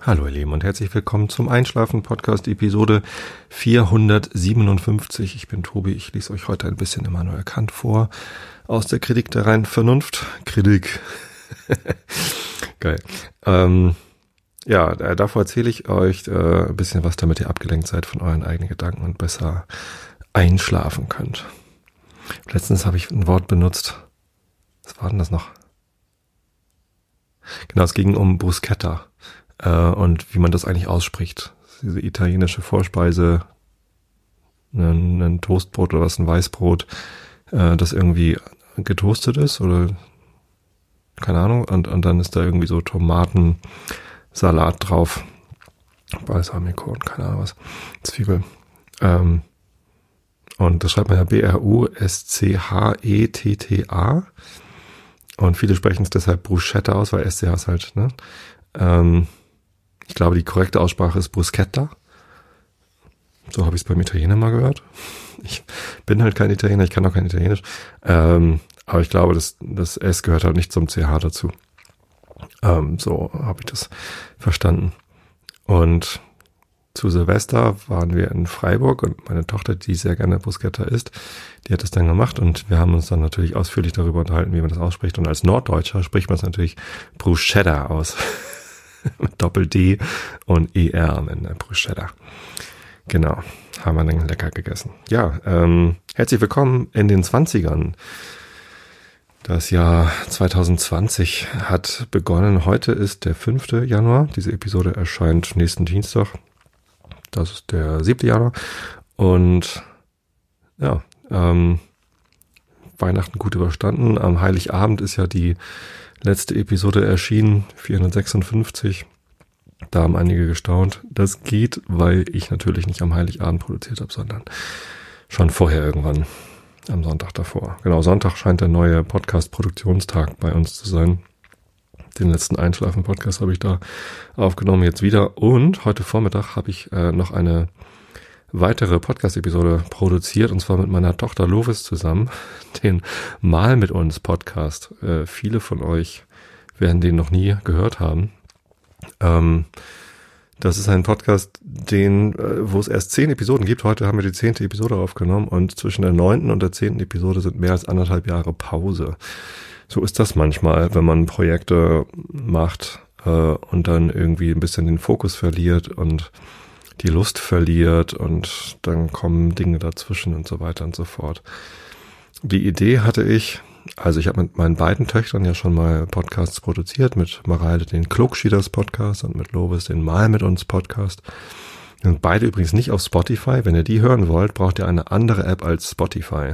Hallo ihr Lieben und herzlich willkommen zum Einschlafen-Podcast Episode 457. Ich bin Tobi, ich lese euch heute ein bisschen Immanuel Kant vor aus der Kritik der reinen Vernunft. Kritik. Geil. Davor erzähle ich euch ein bisschen was, damit ihr abgelenkt seid von euren eigenen Gedanken und besser einschlafen könnt. Letztens habe ich ein Wort benutzt. Was war denn das noch? Genau, es ging um Bruschetta. Und wie man das eigentlich ausspricht. Diese italienische Vorspeise, ein Toastbrot oder was, ein Weißbrot, das irgendwie getoastet ist oder keine Ahnung, und dann ist da irgendwie so Tomatensalat drauf, Balsamico und keine Ahnung was, Zwiebel. Und das schreibt man ja B-R-U-S-C-H-E-T-T-A und viele sprechen es deshalb Bruschetta aus, weil SCH ist halt, ne? Ich glaube, die korrekte Aussprache ist Bruschetta. So habe ich es beim Italiener mal gehört. Ich bin halt kein Italiener, ich kann auch kein Italienisch. Aber ich glaube, das S gehört halt nicht zum CH dazu. So habe ich das verstanden. Und zu Silvester waren wir in Freiburg und meine Tochter, die sehr gerne Bruschetta isst, die hat das dann gemacht und wir haben uns dann natürlich ausführlich darüber unterhalten, wie man das ausspricht. Und als Norddeutscher spricht man es natürlich Bruschetta aus. Mit Doppel-D und ER am Ende, Bruschetta. Genau, haben wir dann lecker gegessen. Ja, herzlich willkommen in den 20ern. Das Jahr 2020 hat begonnen. Heute ist der 5. Januar. Diese Episode erscheint nächsten Dienstag. Das ist der 7. Januar. Und ja, Weihnachten gut überstanden. Am Heiligabend ist ja die letzte Episode erschienen, 456. Da haben einige gestaunt. Das geht, weil ich natürlich nicht am Heiligabend produziert habe, sondern schon vorher irgendwann am Sonntag davor. Genau, Sonntag scheint der neue Podcast-Produktionstag bei uns zu sein. Den letzten Einschlafen-Podcast habe ich da aufgenommen, jetzt wieder. Und heute Vormittag habe ich noch eine weitere Podcast-Episode produziert, und zwar mit meiner Tochter Lovis zusammen, den Mal mit uns Podcast. Viele von euch werden den noch nie gehört haben. Das ist ein Podcast, wo es erst 10 Episoden gibt. Heute haben wir die 10. Episode aufgenommen und zwischen der 9. und der 10. Episode sind mehr als 1,5 Jahre Pause. So ist das manchmal, wenn man Projekte macht und dann irgendwie ein bisschen den Fokus verliert und die Lust verliert und dann kommen Dinge dazwischen und so weiter und so fort. Die Idee hatte ich, also ich habe mit meinen beiden Töchtern ja schon mal Podcasts produziert, mit Mareile den Klugschieders Podcast und mit Lovis den Mal mit uns Podcast. Die sind beide übrigens nicht auf Spotify. Wenn ihr die hören wollt, braucht ihr eine andere App als Spotify.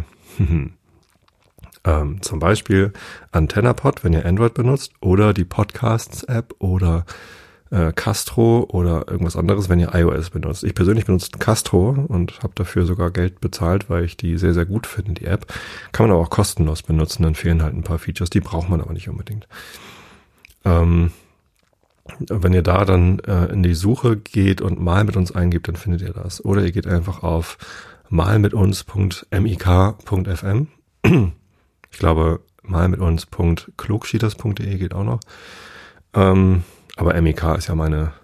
Zum Beispiel AntennaPod, wenn ihr Android benutzt, oder die Podcasts-App oder Castro oder irgendwas anderes, wenn ihr iOS benutzt. Ich persönlich benutze Castro und habe dafür sogar Geld bezahlt, weil ich die sehr, sehr gut finde, die App. Kann man aber auch kostenlos benutzen, dann fehlen halt ein paar Features, die braucht man aber nicht unbedingt. Wenn ihr da dann in die Suche geht und mal mit uns eingebt, dann findet ihr das. Oder ihr geht einfach auf malmituns.mik.fm. Ich glaube, malmituns.klugschieders.de geht auch noch. Aber MIK ist ja meine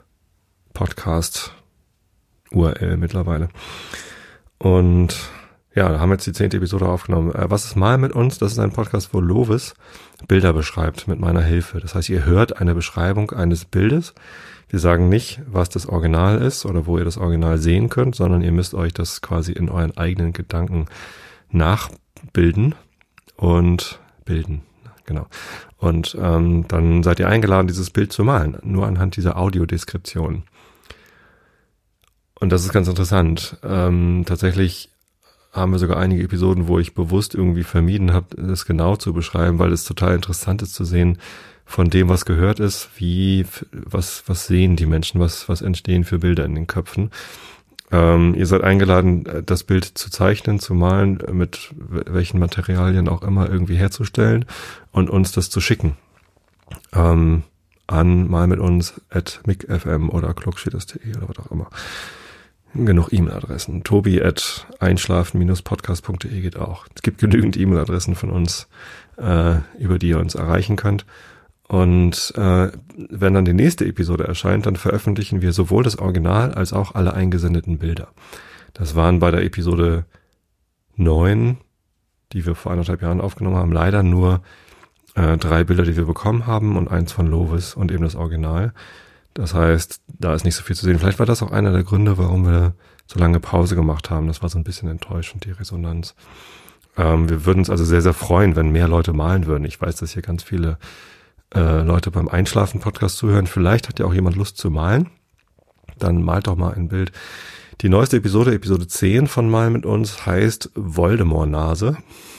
Podcast-URL mittlerweile. Und ja, da haben wir jetzt die 10. Episode aufgenommen. Was ist Mal mit uns? Das ist ein Podcast, wo Lovis Bilder beschreibt mit meiner Hilfe. Das heißt, ihr hört eine Beschreibung eines Bildes. Wir sagen nicht, was das Original ist oder wo ihr das Original sehen könnt, sondern ihr müsst euch das quasi in euren eigenen Gedanken nachbilden und bilden. Genau. Und dann seid ihr eingeladen, dieses Bild zu malen, nur anhand dieser Audiodeskription. Und das ist ganz interessant. Tatsächlich haben wir sogar einige Episoden, wo ich bewusst irgendwie vermieden habe, das genau zu beschreiben, weil es total interessant ist zu sehen, von dem, was gehört ist, was sehen die Menschen, was entstehen für Bilder in den Köpfen. Ihr seid eingeladen, das Bild zu zeichnen, zu malen, mit welchen Materialien auch immer irgendwie herzustellen und uns das zu schicken. An malmituns@mic.fm oder klugschieders.de oder was auch immer. Genug E-Mail-Adressen. tobi@einschlafen-podcast.de geht auch. Es gibt genügend E-Mail-Adressen von uns, über die ihr uns erreichen könnt. Und wenn dann die nächste Episode erscheint, dann veröffentlichen wir sowohl das Original als auch alle eingesendeten Bilder. Das waren bei der Episode 9, die wir vor 1,5 Jahren aufgenommen haben, leider nur 3 Bilder, die wir bekommen haben und eins von Lovis und eben das Original. Das heißt, da ist nicht so viel zu sehen. Vielleicht war das auch einer der Gründe, warum wir so lange Pause gemacht haben. Das war so ein bisschen enttäuschend, die Resonanz. Wir würden uns also sehr, sehr freuen, wenn mehr Leute malen würden. Ich weiß, dass hier ganz viele Leute beim Einschlafen-Podcast zuhören. Vielleicht hat ja auch jemand Lust zu malen. Dann malt doch mal ein Bild. Die neueste Episode, Episode 10 von Mal mit uns, heißt Voldemort-Nase.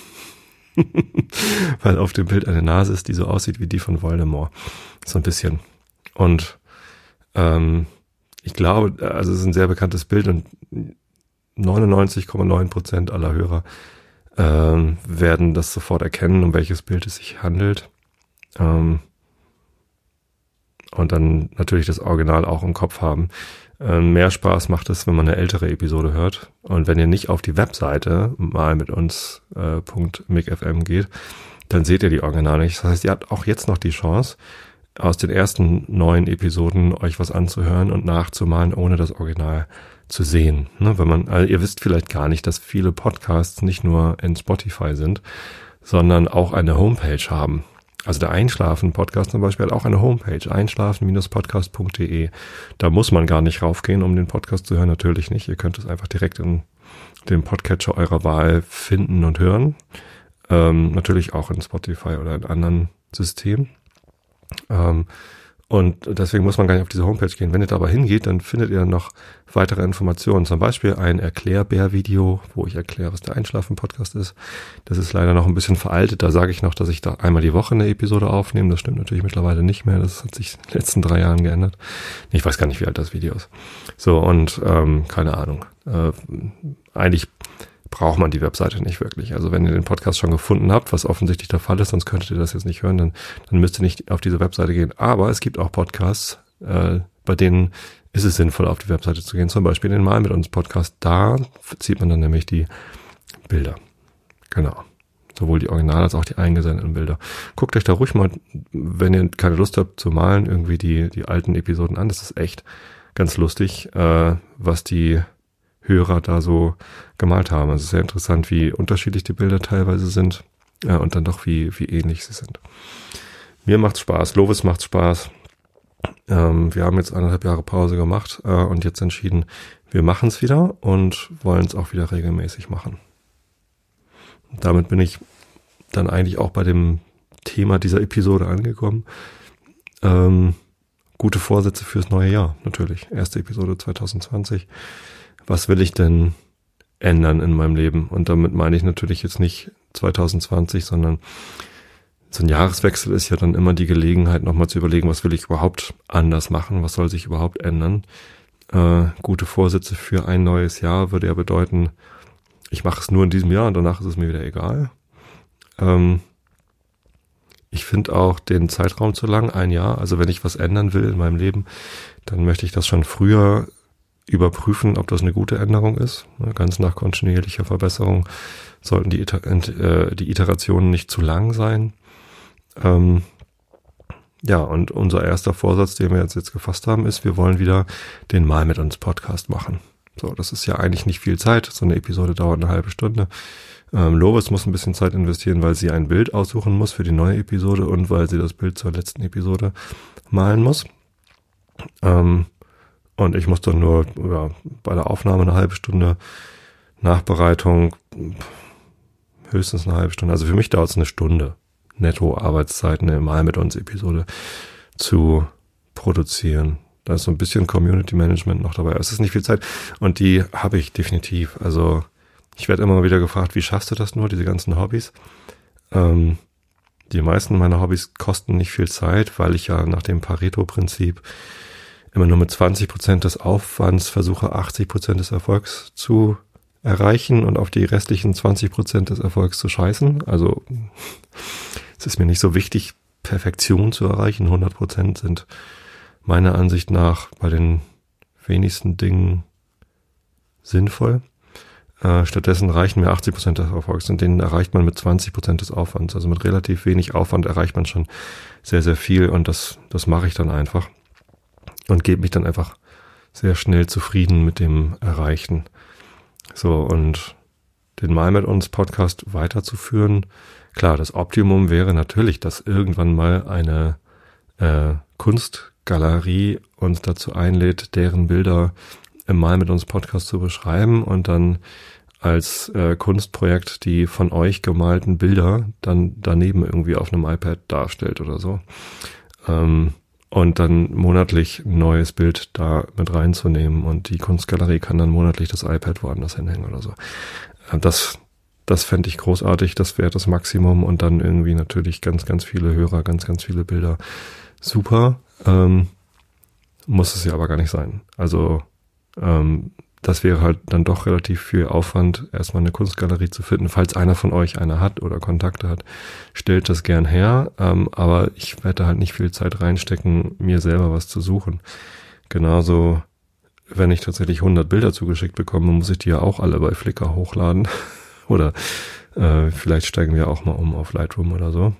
Weil auf dem Bild eine Nase ist, die so aussieht wie die von Voldemort. So ein bisschen. Und ich glaube, also es ist ein sehr bekanntes Bild und 99,9% aller Hörer werden das sofort erkennen, um welches Bild es sich handelt. Und dann natürlich das Original auch im Kopf haben. Mehr Spaß macht es, wenn man eine ältere Episode hört. Und wenn ihr nicht auf die Webseite mal mit uns .micfm geht, dann seht ihr die Originale nicht. Das heißt, ihr habt auch jetzt noch die Chance, aus den ersten 9 Episoden euch was anzuhören und nachzumalen, ohne das Original zu sehen. Ne, also ihr wisst vielleicht gar nicht, dass viele Podcasts nicht nur in Spotify sind, sondern auch eine Homepage haben. Also der Einschlafen-Podcast zum Beispiel hat auch eine Homepage, einschlafen-podcast.de. Da muss man gar nicht raufgehen, um den Podcast zu hören, natürlich nicht. Ihr könnt es einfach direkt in dem Podcatcher eurer Wahl finden und hören. Natürlich auch in Spotify oder in anderen Systemen. Und deswegen muss man gar nicht auf diese Homepage gehen. Wenn ihr da aber hingeht, dann findet ihr noch weitere Informationen. Zum Beispiel ein Erklärbär-Video, wo ich erkläre, was der Einschlafen-Podcast ist. Das ist leider noch ein bisschen veraltet. Da sage ich noch, dass ich da einmal die Woche eine Episode aufnehme. Das stimmt natürlich mittlerweile nicht mehr. Das hat sich in den letzten 3 Jahren geändert. Ich weiß gar nicht, wie alt das Video ist. So, und keine Ahnung. Eigentlich braucht man die Webseite nicht wirklich. Also wenn ihr den Podcast schon gefunden habt, was offensichtlich der Fall ist, sonst könntet ihr das jetzt nicht hören, dann müsst ihr nicht auf diese Webseite gehen. Aber es gibt auch Podcasts, bei denen ist es sinnvoll, auf die Webseite zu gehen. Zum Beispiel den Mal mit uns Podcast. Da zieht man dann nämlich die Bilder. Genau. Sowohl die Original- als auch die eingesendeten Bilder. Guckt euch da ruhig mal, wenn ihr keine Lust habt zu malen, irgendwie die alten Episoden an. Das ist echt ganz lustig, was die Hörer da so gemalt haben. Also sehr interessant, wie unterschiedlich die Bilder teilweise sind und dann doch wie ähnlich sie sind. Mir macht's Spaß, Lovis macht's Spaß. Wir haben jetzt 1,5 Jahre Pause gemacht und jetzt entschieden, wir machen es wieder und wollen es auch wieder regelmäßig machen. Und damit bin ich dann eigentlich auch bei dem Thema dieser Episode angekommen. Gute Vorsätze fürs neue Jahr, natürlich. Erste Episode 2020. Was will ich denn ändern in meinem Leben? Und damit meine ich natürlich jetzt nicht 2020, sondern so ein Jahreswechsel ist ja dann immer die Gelegenheit, nochmal zu überlegen, was will ich überhaupt anders machen? Was soll sich überhaupt ändern? Gute Vorsätze für ein neues Jahr würde ja bedeuten, ich mache es nur in diesem Jahr und danach ist es mir wieder egal. Ich finde auch den Zeitraum zu lang, 1 Jahr. Also wenn ich was ändern will in meinem Leben, dann möchte ich das schon früher überprüfen, ob das eine gute Änderung ist. Ganz nach kontinuierlicher Verbesserung sollten die Iterationen nicht zu lang sein. Ja, und unser erster Vorsatz, den wir jetzt gefasst haben, ist, wir wollen wieder den Mal mit uns Podcast machen. So, das ist ja eigentlich nicht viel Zeit. So eine Episode dauert 1/2 Stunde. Lovis muss ein bisschen Zeit investieren, weil sie ein Bild aussuchen muss für die neue Episode und weil sie das Bild zur letzten Episode malen muss. Und ich muss dann nur bei der Aufnahme 1/2 Stunde, Nachbereitung höchstens 1/2 Stunde. Also für mich dauert es 1 Stunde, netto Arbeitszeit, eine Mal mit uns Episode zu produzieren. Da ist so ein bisschen Community Management noch dabei. Es ist nicht viel Zeit und die habe ich definitiv. Also ich werde immer wieder gefragt, wie schaffst du das nur, diese ganzen Hobbys? Die meisten meiner Hobbys kosten nicht viel Zeit, weil ich ja nach dem Pareto-Prinzip immer nur mit 20% des Aufwands versuche, 80% des Erfolgs zu erreichen und auf die restlichen 20% des Erfolgs zu scheißen. Also es ist mir nicht so wichtig, Perfektion zu erreichen. 100% sind meiner Ansicht nach bei den wenigsten Dingen sinnvoll. Stattdessen reichen mir 80% des Erfolgs und den erreicht man mit 20% des Aufwands. Also mit relativ wenig Aufwand erreicht man schon sehr, sehr viel und das mache ich dann einfach und gebe mich dann einfach sehr schnell zufrieden mit dem Erreichen. So, und den Mal mit uns Podcast weiterzuführen, klar, das Optimum wäre natürlich, dass irgendwann mal eine Kunstgalerie uns dazu einlädt, deren Bilder im Mal mit uns Podcast zu beschreiben und dann als Kunstprojekt die von euch gemalten Bilder dann daneben irgendwie auf einem iPad darstellt oder so. Und dann monatlich ein neues Bild da mit reinzunehmen und die Kunstgalerie kann dann monatlich das iPad woanders hinhängen oder so. Das fände ich großartig, das wäre das Maximum und dann irgendwie natürlich ganz, ganz viele Hörer, ganz, ganz viele Bilder. Super, muss es ja aber gar nicht sein. Also das wäre halt dann doch relativ viel Aufwand, erstmal eine Kunstgalerie zu finden. Falls einer von euch eine hat oder Kontakte hat, stellt das gern her. Aber ich werde halt nicht viel Zeit reinstecken, mir selber was zu suchen. Genauso, wenn ich tatsächlich 100 Bilder zugeschickt bekomme, muss ich die ja auch alle bei Flickr hochladen. Oder vielleicht steigen wir auch mal um auf Lightroom oder so.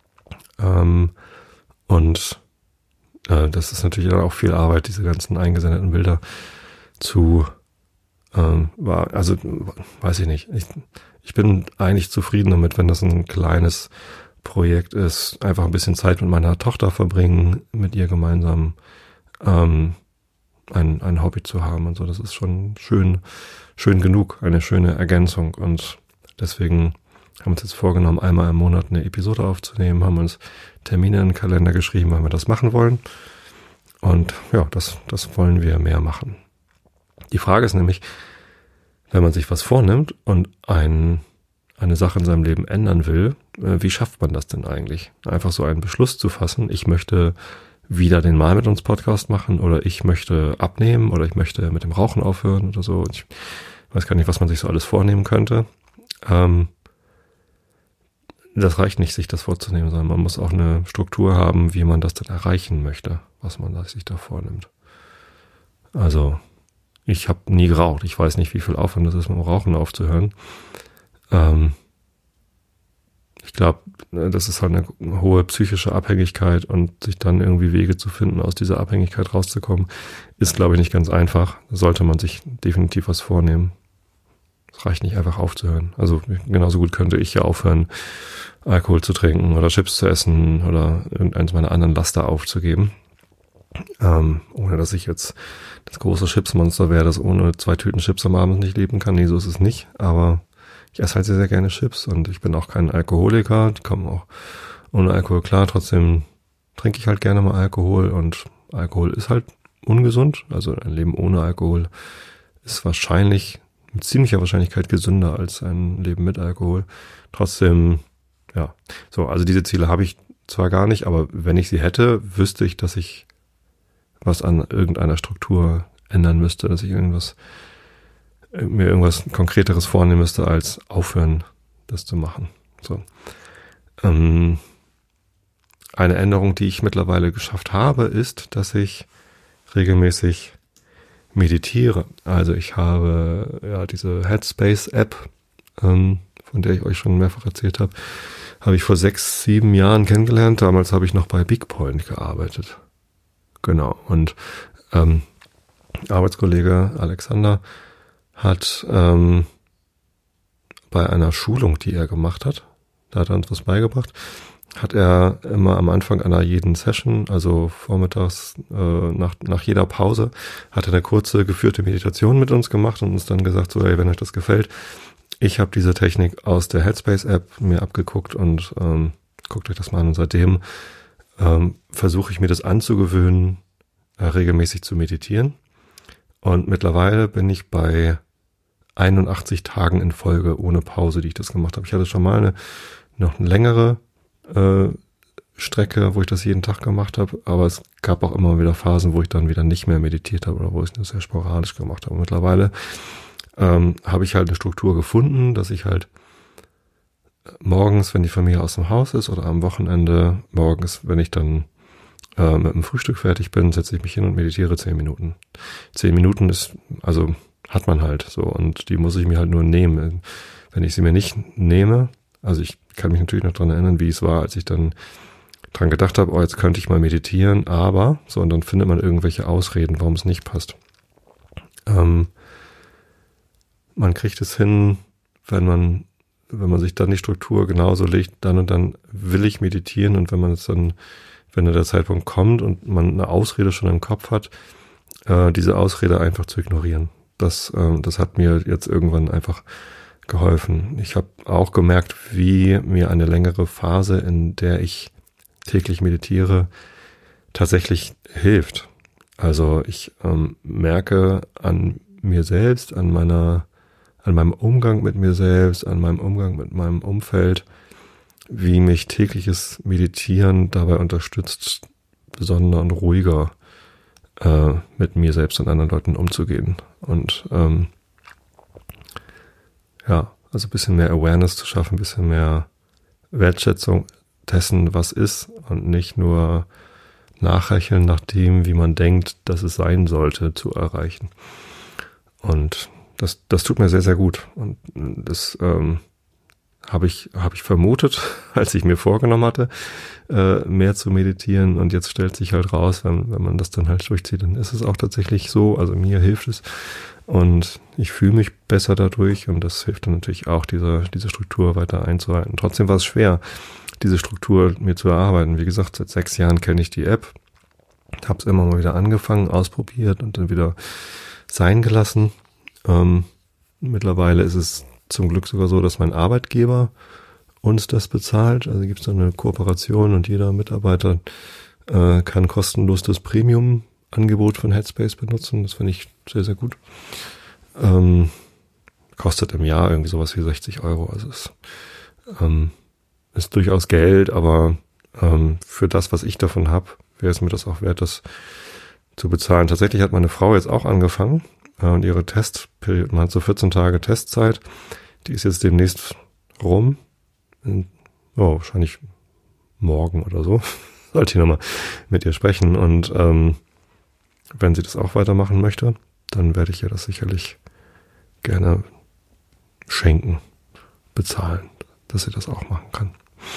Und das ist natürlich dann auch viel Arbeit, diese ganzen eingesendeten Bilder zu also weiß ich nicht. Ich bin eigentlich zufrieden damit, wenn das ein kleines Projekt ist. Einfach ein bisschen Zeit mit meiner Tochter verbringen, mit ihr gemeinsam ein Hobby zu haben und so. Das ist schon schön genug, eine schöne Ergänzung. Und deswegen haben wir uns jetzt vorgenommen, einmal im Monat eine Episode aufzunehmen, haben uns Termine in den Kalender geschrieben, weil wir das machen wollen. Und ja, das wollen wir mehr machen. Die Frage ist nämlich, wenn man sich was vornimmt und eine Sache in seinem Leben ändern will, wie schafft man das denn eigentlich? Einfach so einen Beschluss zu fassen, ich möchte wieder den Mal mit uns Podcast machen oder ich möchte abnehmen oder ich möchte mit dem Rauchen aufhören oder so. Ich weiß gar nicht, was man sich so alles vornehmen könnte. Das reicht nicht, sich das vorzunehmen, sondern man muss auch eine Struktur haben, wie man das dann erreichen möchte, was man sich da vornimmt. Also ich habe nie geraucht. Ich weiß nicht, wie viel Aufwand das ist, mit dem Rauchen aufzuhören. Ich glaube, das ist halt eine hohe psychische Abhängigkeit und sich dann irgendwie Wege zu finden, aus dieser Abhängigkeit rauszukommen, ist, glaube ich, nicht ganz einfach. Da sollte man sich definitiv was vornehmen. Es reicht nicht einfach aufzuhören. Also genauso gut könnte ich ja aufhören, Alkohol zu trinken oder Chips zu essen oder irgendeins meiner anderen Laster aufzugeben. Ohne dass ich jetzt das große Chipsmonster wäre, das ohne 2 Tüten Chips am Abend nicht leben kann. Nee, so ist es nicht. Aber ich esse halt sehr, sehr gerne Chips und ich bin auch kein Alkoholiker. Die kommen auch ohne Alkohol klar. Trotzdem trinke ich halt gerne mal Alkohol und Alkohol ist halt ungesund. Also ein Leben ohne Alkohol ist wahrscheinlich mit ziemlicher Wahrscheinlichkeit gesünder als ein Leben mit Alkohol. Trotzdem, ja. So, also diese Ziele habe ich zwar gar nicht, aber wenn ich sie hätte, wüsste ich, dass ich was an irgendeiner Struktur ändern müsste, dass ich mir irgendwas Konkreteres vornehmen müsste, als aufhören, das zu machen. So. Eine Änderung, die ich mittlerweile geschafft habe, ist, dass ich regelmäßig meditiere. Also ich habe ja diese Headspace-App, von der ich euch schon mehrfach erzählt habe, habe ich vor 6, 7 Jahren kennengelernt. Damals habe ich noch bei BigPoint gearbeitet. Genau, und Arbeitskollege Alexander hat bei einer Schulung, die er gemacht hat, da hat er uns was beigebracht, hat er immer am Anfang einer jeden Session, also vormittags nach jeder Pause, hat er eine kurze geführte Meditation mit uns gemacht und uns dann gesagt, so, hey, wenn euch das gefällt, ich habe diese Technik aus der Headspace-App mir abgeguckt und guckt euch das mal an und seitdem versuche ich mir das anzugewöhnen, regelmäßig zu meditieren. Und mittlerweile bin ich bei 81 Tagen in Folge ohne Pause, die ich das gemacht habe. Ich hatte schon mal noch eine längere Strecke, wo ich das jeden Tag gemacht habe, aber es gab auch immer wieder Phasen, wo ich dann wieder nicht mehr meditiert habe oder wo ich es nur sehr sporadisch gemacht habe. Mittlerweile habe ich halt eine Struktur gefunden, dass ich halt morgens, wenn die Familie aus dem Haus ist oder am Wochenende morgens, wenn ich dann mit dem Frühstück fertig bin, setze ich mich hin und meditiere 10 Minuten. 10 Minuten ist also hat man halt so und die muss ich mir halt nur nehmen. Wenn ich sie mir nicht nehme, also ich kann mich natürlich noch dran erinnern, wie es war, als ich dann dran gedacht habe, oh, jetzt könnte ich mal meditieren, aber, so, und dann findet man irgendwelche Ausreden, warum es nicht passt. Man kriegt es hin, wenn man sich dann die Struktur genauso legt, dann und dann will ich meditieren, und wenn der Zeitpunkt kommt und man eine Ausrede schon im Kopf hat, diese Ausrede einfach zu ignorieren. Das hat mir jetzt irgendwann einfach geholfen. Ich habe auch gemerkt, wie mir eine längere Phase, in der ich täglich meditiere, tatsächlich hilft. Also ich merke an mir selbst, an meinem Umgang mit mir selbst, an meinem Umgang mit meinem Umfeld, wie mich tägliches Meditieren dabei unterstützt, besonder und ruhiger mit mir selbst und anderen Leuten umzugehen. Und also ein bisschen mehr Awareness zu schaffen, ein bisschen mehr Wertschätzung dessen, was ist, und nicht nur nachrechnen nach dem, wie man denkt, dass es sein sollte, zu erreichen. Und das tut mir sehr, sehr gut. Und das habe ich vermutet, als ich mir vorgenommen hatte, mehr zu meditieren. Und jetzt stellt sich halt raus, wenn man das dann halt durchzieht, dann ist es auch tatsächlich so. Also mir hilft es. Und ich fühle mich besser dadurch. Und das hilft dann natürlich auch, diese Struktur weiter einzuhalten. Trotzdem war es schwer, diese Struktur mir zu erarbeiten. Wie gesagt, seit 6 Jahren kenne ich die App. Habe es immer mal wieder angefangen, ausprobiert und dann wieder sein gelassen. Mittlerweile ist es zum Glück sogar so, dass mein Arbeitgeber uns das bezahlt. Also gibt es dann eine Kooperation und jeder Mitarbeiter kann kostenlos das Premium-Angebot von Headspace benutzen. Das finde ich sehr, sehr gut. Kostet im Jahr irgendwie sowas wie 60 Euro. Also es ist durchaus Geld, aber für das, was ich davon habe, wäre es mir das auch wert, das zu bezahlen. Tatsächlich hat meine Frau jetzt auch angefangen und ihre Testperiode, man hat so 14 Tage Testzeit, die ist jetzt demnächst rum. Wahrscheinlich morgen oder so. Sollte ich nochmal mit ihr sprechen. Und wenn sie das auch weitermachen möchte, dann werde ich ihr das sicherlich gerne schenken, bezahlen, dass sie das auch machen kann.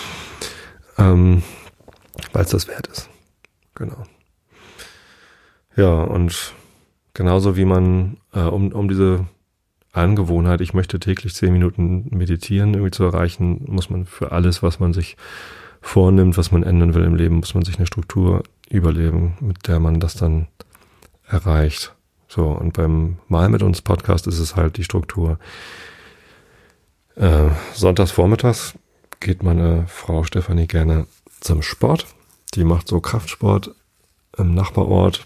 Weil es das wert ist. Genau. Ja, und genauso wie man, um diese Angewohnheit, ich möchte täglich 10 Minuten meditieren, irgendwie zu erreichen, muss man für alles, was man sich vornimmt, was man ändern will im Leben, muss man sich eine Struktur überlegen, mit der man das dann erreicht. So, und beim Mal mit uns Podcast ist es halt die Struktur. Sonntags vormittags geht meine Frau Stefanie gerne zum Sport. Die macht so Kraftsport im Nachbarort.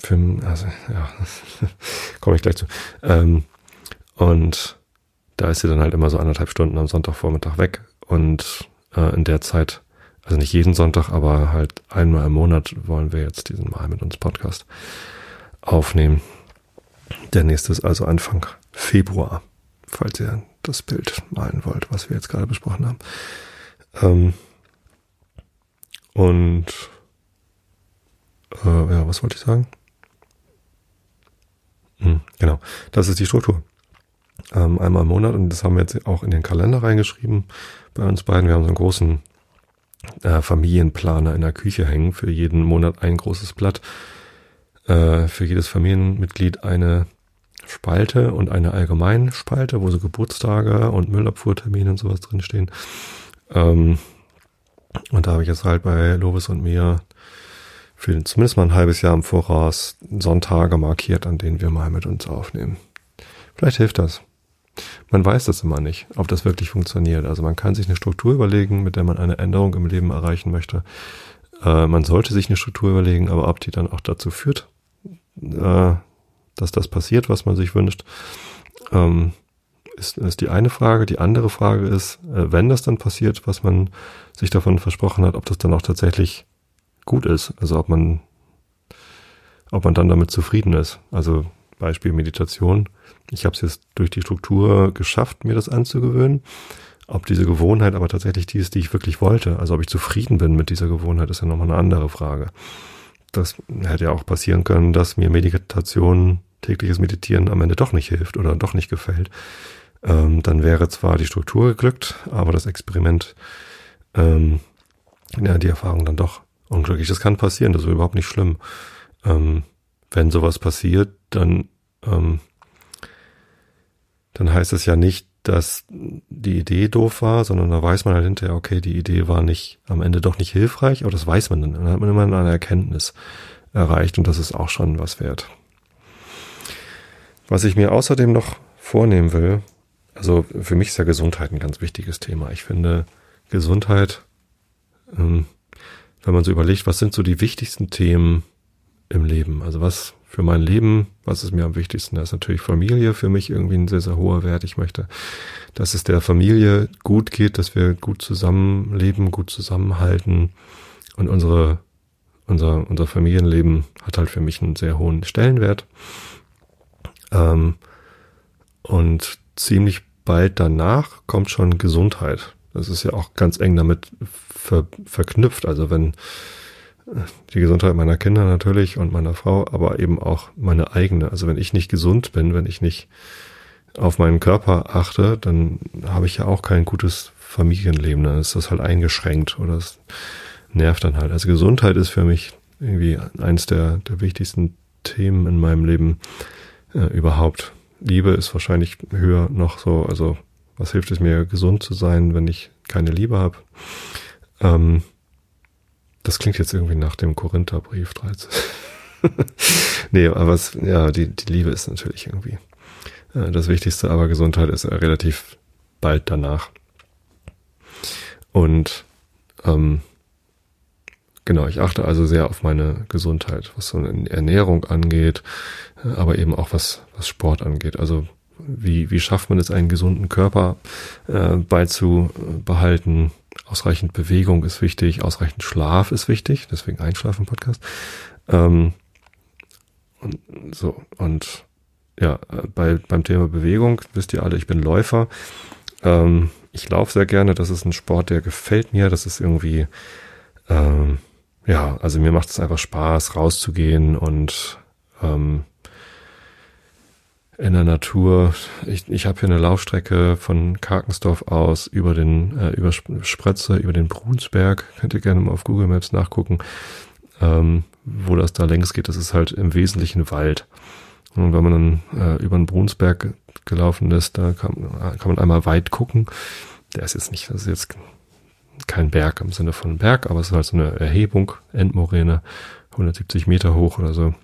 Komme ich gleich zu. Und da ist sie dann halt immer so 1,5 Stunden am Sonntagvormittag weg. Und in der Zeit, also nicht jeden Sonntag, aber halt einmal im Monat wollen wir jetzt diesen Mal mit uns Podcast aufnehmen. Der nächste ist also Anfang Februar, falls ihr das Bild malen wollt, was wir jetzt gerade besprochen haben. Was wollte ich sagen? Genau, das ist die Struktur. Einmal im Monat, und das haben wir jetzt auch in den Kalender reingeschrieben bei uns beiden. Wir haben so einen großen Familienplaner in der Küche hängen, für jeden Monat ein großes Blatt, für jedes Familienmitglied eine Spalte und eine Allgemeinspalte, wo so Geburtstage und Müllabfuhrtermine und sowas drinstehen. Und da habe ich jetzt halt bei Lovis und mir für zumindest mal ein halbes Jahr im Voraus Sonntage markiert, an denen wir mal mit uns aufnehmen. Vielleicht hilft das. Man weiß das immer nicht, ob das wirklich funktioniert. Also man kann sich eine Struktur überlegen, mit der man eine Änderung im Leben erreichen möchte. Man sollte sich eine Struktur überlegen, aber ob die dann auch dazu führt, dass das passiert, was man sich wünscht, ist die eine Frage. Die andere Frage ist, wenn das dann passiert, was man sich davon versprochen hat, ob das dann auch tatsächlich gut ist. Also ob man dann damit zufrieden ist. Also Beispiel Meditation. Ich habe es jetzt durch die Struktur geschafft, mir das anzugewöhnen. Ob diese Gewohnheit aber tatsächlich die ist, die ich wirklich wollte, also ob ich zufrieden bin mit dieser Gewohnheit, ist ja nochmal eine andere Frage. das hätte ja auch passieren können, dass mir Meditation, tägliches Meditieren am Ende doch nicht hilft oder doch nicht gefällt. Dann wäre zwar die Struktur geglückt, aber das Experiment, die Erfahrung dann doch unglücklich. Das kann passieren, das ist überhaupt nicht schlimm. Wenn sowas passiert, dann heißt es ja nicht, dass die Idee doof war, sondern da weiß man halt hinterher, okay, die Idee war nicht am Ende doch nicht hilfreich, aber das weiß man dann. Dann hat man immer eine Erkenntnis erreicht und das ist auch schon was wert. Was ich mir außerdem noch vornehmen will, also für mich ist ja Gesundheit ein ganz wichtiges Thema. Ich finde Gesundheit, wenn man so überlegt, was sind so die wichtigsten Themen im Leben? Also was für mein Leben, was ist mir am wichtigsten? Da ist natürlich Familie für mich irgendwie ein sehr, sehr hoher Wert. Ich möchte, dass es der Familie gut geht, dass wir gut zusammenleben, gut zusammenhalten. Und unser Familienleben hat halt für mich einen sehr hohen Stellenwert. Und ziemlich bald danach kommt schon Gesundheit. Das ist ja auch ganz eng damit verknüpft. Also wenn die Gesundheit meiner Kinder natürlich und meiner Frau, aber eben auch meine eigene. Also wenn ich nicht gesund bin, wenn ich nicht auf meinen Körper achte, dann habe ich ja auch kein gutes Familienleben. Dann ist das halt eingeschränkt oder es nervt dann halt. Also Gesundheit ist für mich irgendwie eins der wichtigsten Themen in meinem Leben überhaupt. Liebe ist wahrscheinlich höher noch so. Also was hilft es mir, gesund zu sein, wenn ich keine Liebe habe? Das klingt jetzt irgendwie nach dem Korintherbrief 13. Nee, aber die Liebe ist natürlich irgendwie das Wichtigste, aber Gesundheit ist relativ bald danach. Und genau, ich achte also sehr auf meine Gesundheit, was so eine Ernährung angeht, aber eben auch was Sport angeht. Also wie schafft man es, einen gesunden Körper beizubehalten? Ausreichend Bewegung ist wichtig, ausreichend Schlaf ist wichtig, deswegen Einschlafen-Podcast. Beim Thema Bewegung, wisst ihr alle, ich bin Läufer. Ich laufe sehr gerne, das ist ein Sport, der gefällt mir, das ist irgendwie, also mir macht es einfach Spaß, rauszugehen und in der Natur. Ich habe hier eine Laufstrecke von Karkensdorf aus über Sprötze, über den Brunsberg. Könnt ihr gerne mal auf Google Maps nachgucken, wo das da längs geht. Das ist halt im Wesentlichen Wald. Und wenn man dann über den Brunsberg gelaufen ist, da kann man einmal weit gucken. Das ist jetzt kein Berg im Sinne von Berg, aber es ist halt so eine Erhebung, Endmoräne, 170 Meter hoch oder so.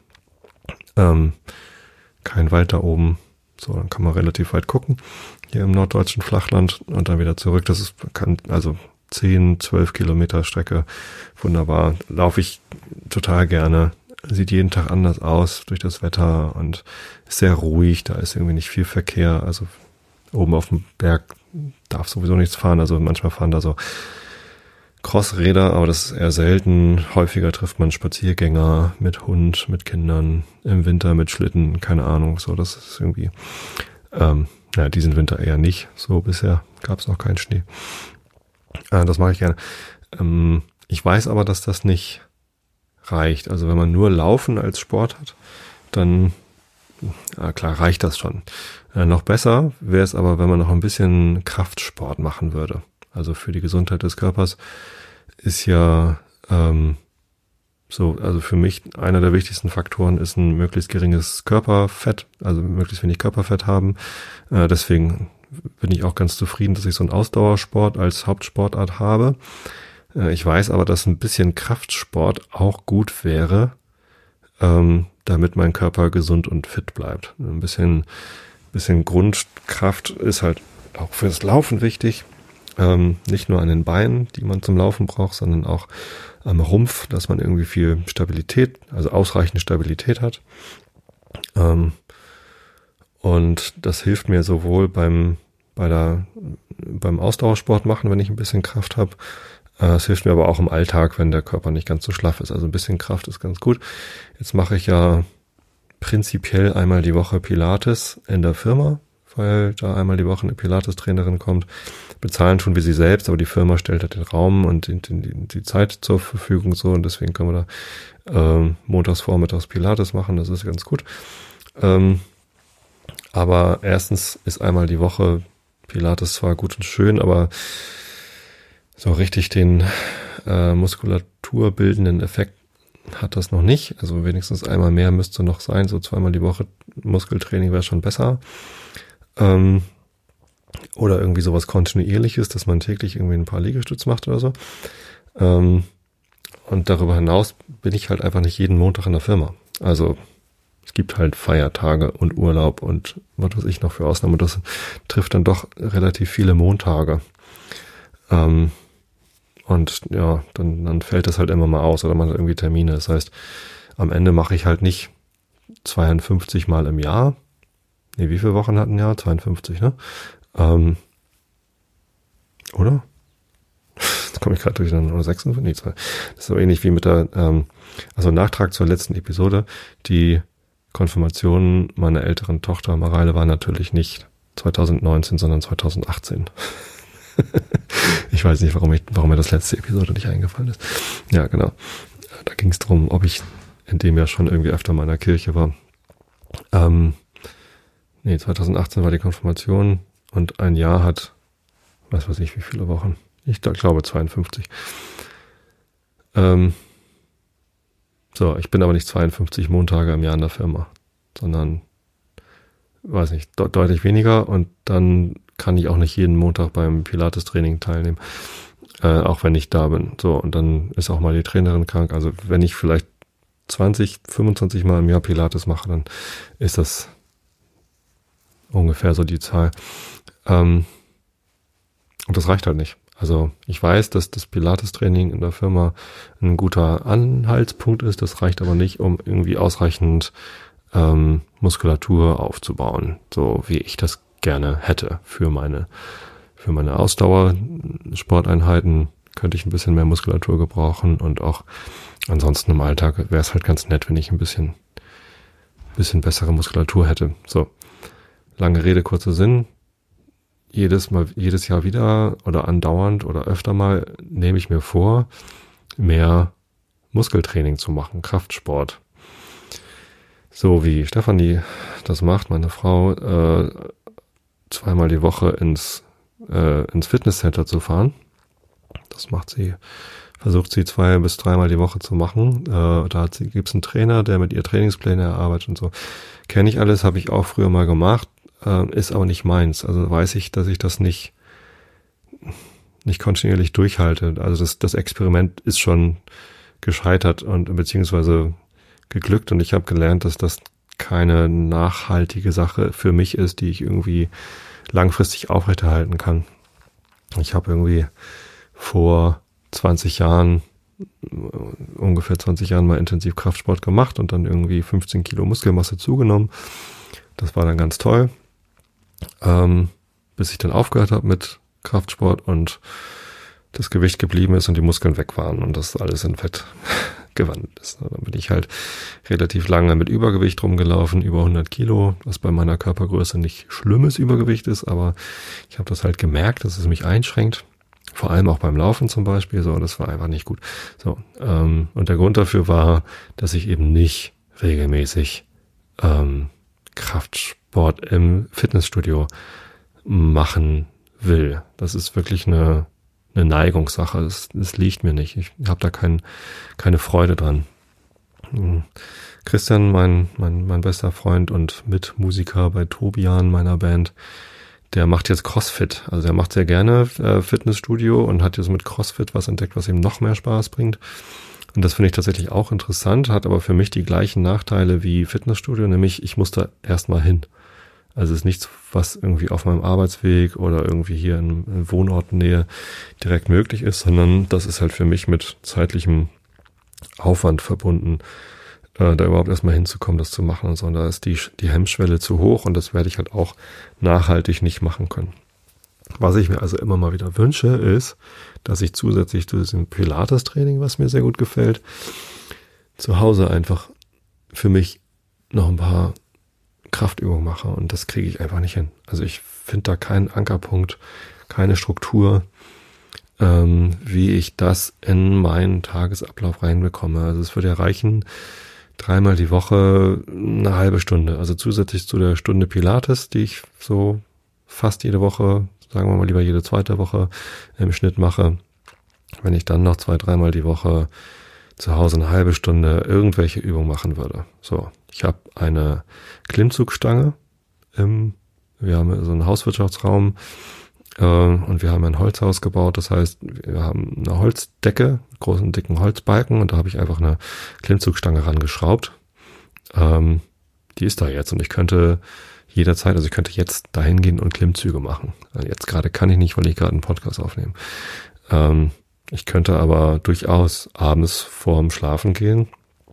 Kein Wald da oben. So, dann kann man relativ weit gucken. Hier im norddeutschen Flachland und dann wieder zurück. Das ist, 10, 12 Kilometer Strecke. Wunderbar. Laufe ich total gerne. Sieht jeden Tag anders aus durch das Wetter und ist sehr ruhig. Da ist irgendwie nicht viel Verkehr. Also oben auf dem Berg darf sowieso nichts fahren. Also manchmal fahren da so Crossräder, aber das ist eher selten. Häufiger trifft man Spaziergänger mit Hund, mit Kindern, im Winter mit Schlitten, keine Ahnung. So, das ist irgendwie, diesen Winter eher nicht. So bisher gab es noch keinen Schnee. Das mache ich gerne. Ich weiß aber, dass das nicht reicht. Also wenn man nur Laufen als Sport hat, dann, klar, reicht das schon. Noch besser wäre es aber, wenn man noch ein bisschen Kraftsport machen würde. Also für die Gesundheit des Körpers ist ja also für mich einer der wichtigsten Faktoren ist ein möglichst geringes Körperfett, also möglichst wenig Körperfett haben. Deswegen bin ich auch ganz zufrieden, dass ich so einen Ausdauersport als Hauptsportart habe. Ich weiß aber, dass ein bisschen Kraftsport auch gut wäre, damit mein Körper gesund und fit bleibt. Ein bisschen Grundkraft ist halt auch fürs Laufen wichtig. Nicht nur an den Beinen, die man zum Laufen braucht, sondern auch am Rumpf, dass man irgendwie viel Stabilität, also ausreichend Stabilität hat. Und das hilft mir sowohl beim Ausdauersport machen, wenn ich ein bisschen Kraft habe. Es hilft mir aber auch im Alltag, wenn der Körper nicht ganz so schlaff ist. Also ein bisschen Kraft ist ganz gut. Jetzt mache ich ja prinzipiell einmal die Woche Pilates in der Firma weil da einmal die Woche eine Pilates-Trainerin kommt. Bezahlen tun wir sie selbst, aber die Firma stellt halt den Raum und die Zeit zur Verfügung so und deswegen können wir da montags, vormittags Pilates machen, das ist ganz gut. Aber erstens ist einmal die Woche Pilates zwar gut und schön, aber so richtig den muskulaturbildenden Effekt hat das noch nicht. Also wenigstens einmal mehr müsste noch sein. So 2-mal die Woche Muskeltraining wäre schon besser. Oder irgendwie sowas Kontinuierliches, dass man täglich irgendwie ein paar Liegestütze macht oder so. Und darüber hinaus bin ich halt einfach nicht jeden Montag in der Firma. Also es gibt halt Feiertage und Urlaub und was weiß ich noch für Ausnahmen. Und das trifft dann doch relativ viele Montage. Und ja, dann fällt das halt immer mal aus oder man hat irgendwie Termine. Das heißt, am Ende mache ich halt nicht 52 Mal im Jahr. Nee, wie viele Wochen hat ein Jahr? 52, ne? Oder? Jetzt komme ich gerade durch, oder 56? Nee, 2. Das ist so ähnlich wie mit der, also Nachtrag zur letzten Episode. Die Konfirmation meiner älteren Tochter Mareile war natürlich nicht 2019, sondern 2018. Ich weiß nicht, warum mir das letzte Episode nicht eingefallen ist. Ja, genau. Da ging es darum, ob ich in dem Jahr schon irgendwie öfter mal in der Kirche war. 2018 war die Konfirmation und ein Jahr hat, weiß ich wie viele Wochen. Ich glaube 52. So, ich bin aber nicht 52 Montage im Jahr in der Firma, sondern, weiß nicht, deutlich weniger und dann kann ich auch nicht jeden Montag beim Pilates-Training teilnehmen, auch wenn ich da bin. So, und dann ist auch mal die Trainerin krank. Also wenn ich vielleicht 20, 25 Mal im Jahr Pilates mache, dann ist das ungefähr so die Zahl. Und das reicht halt nicht. Also ich weiß, dass das Pilates-Training in der Firma ein guter Anhaltspunkt ist. Das reicht aber nicht, um irgendwie ausreichend Muskulatur aufzubauen, so wie ich das gerne hätte für meine Ausdauersporteinheiten. Könnte ich ein bisschen mehr Muskulatur gebrauchen und auch ansonsten im Alltag wäre es halt ganz nett, wenn ich ein bisschen bessere Muskulatur hätte. So, lange Rede, kurzer Sinn. Jedes Jahr wieder oder andauernd oder öfter mal nehme ich mir vor, mehr Muskeltraining zu machen, Kraftsport. So wie Stefanie das macht, meine Frau, 2-mal die Woche ins Fitnesscenter zu fahren. Das versucht sie 2 bis 3-mal die Woche zu machen. Gibt's einen Trainer, der mit ihr Trainingspläne erarbeitet und so. Kenne ich alles, habe ich auch früher mal gemacht, ist aber nicht meins. Also weiß ich, dass ich das nicht kontinuierlich durchhalte. Also das Experiment ist schon gescheitert und beziehungsweise geglückt und ich habe gelernt, dass das keine nachhaltige Sache für mich ist, die ich irgendwie langfristig aufrechterhalten kann. Ich habe irgendwie vor ungefähr 20 Jahren mal intensiv Kraftsport gemacht und dann irgendwie 15 Kilo Muskelmasse zugenommen. Das war dann ganz toll, bis ich dann aufgehört habe mit Kraftsport und das Gewicht geblieben ist und die Muskeln weg waren und das alles in Fett gewandelt ist. Dann bin ich halt relativ lange mit Übergewicht rumgelaufen, über 100 Kilo, was bei meiner Körpergröße nicht schlimmes Übergewicht ist, aber ich habe das halt gemerkt, dass es mich einschränkt. Vor allem auch beim Laufen zum Beispiel, so, das war einfach nicht gut. So, und der Grund dafür war, dass ich eben nicht regelmäßig Kraftsport im Fitnessstudio machen will. Das ist wirklich eine Neigungssache. Es liegt mir nicht. Ich habe da keine Freude dran. Christian, mein bester Freund und Mitmusiker bei Tobian, meiner Band, der macht jetzt CrossFit. Also er macht sehr gerne Fitnessstudio und hat jetzt mit CrossFit was entdeckt, was ihm noch mehr Spaß bringt. Und das finde ich tatsächlich auch interessant, hat aber für mich die gleichen Nachteile wie Fitnessstudio, nämlich ich muss da erstmal hin. Also es ist nichts, was irgendwie auf meinem Arbeitsweg oder irgendwie hier in Wohnortnähe direkt möglich ist, sondern das ist halt für mich mit zeitlichem Aufwand verbunden, da überhaupt erstmal hinzukommen, das zu machen und so. Und da ist die Hemmschwelle zu hoch und das werde ich halt auch nachhaltig nicht machen können. Was ich mir also immer mal wieder wünsche, ist, dass ich zusätzlich zu diesem Pilates-Training, was mir sehr gut gefällt, zu Hause einfach für mich noch ein paar Kraftübung mache und das kriege ich einfach nicht hin. Also ich finde da keinen Ankerpunkt, keine Struktur, wie ich das in meinen Tagesablauf reinbekomme. Also es würde ja reichen, 3-mal die Woche eine halbe Stunde. Also zusätzlich zu der Stunde Pilates, die ich so fast jede Woche, sagen wir mal lieber jede zweite Woche im Schnitt mache. Wenn ich dann noch 2-3-mal die Woche zu Hause eine halbe Stunde irgendwelche Übungen machen würde. So, ich habe eine Klimmzugstange. Wir haben so einen Hauswirtschaftsraum und wir haben ein Holzhaus gebaut. Das heißt, wir haben eine Holzdecke, großen, dicken Holzbalken und da habe ich einfach eine Klimmzugstange rangeschraubt. Die ist da jetzt und ich könnte jederzeit, also ich könnte jetzt dahin gehen und Klimmzüge machen. Jetzt gerade kann ich nicht, weil ich gerade einen Podcast aufnehme. Ich könnte aber durchaus abends vorm Schlafen gehen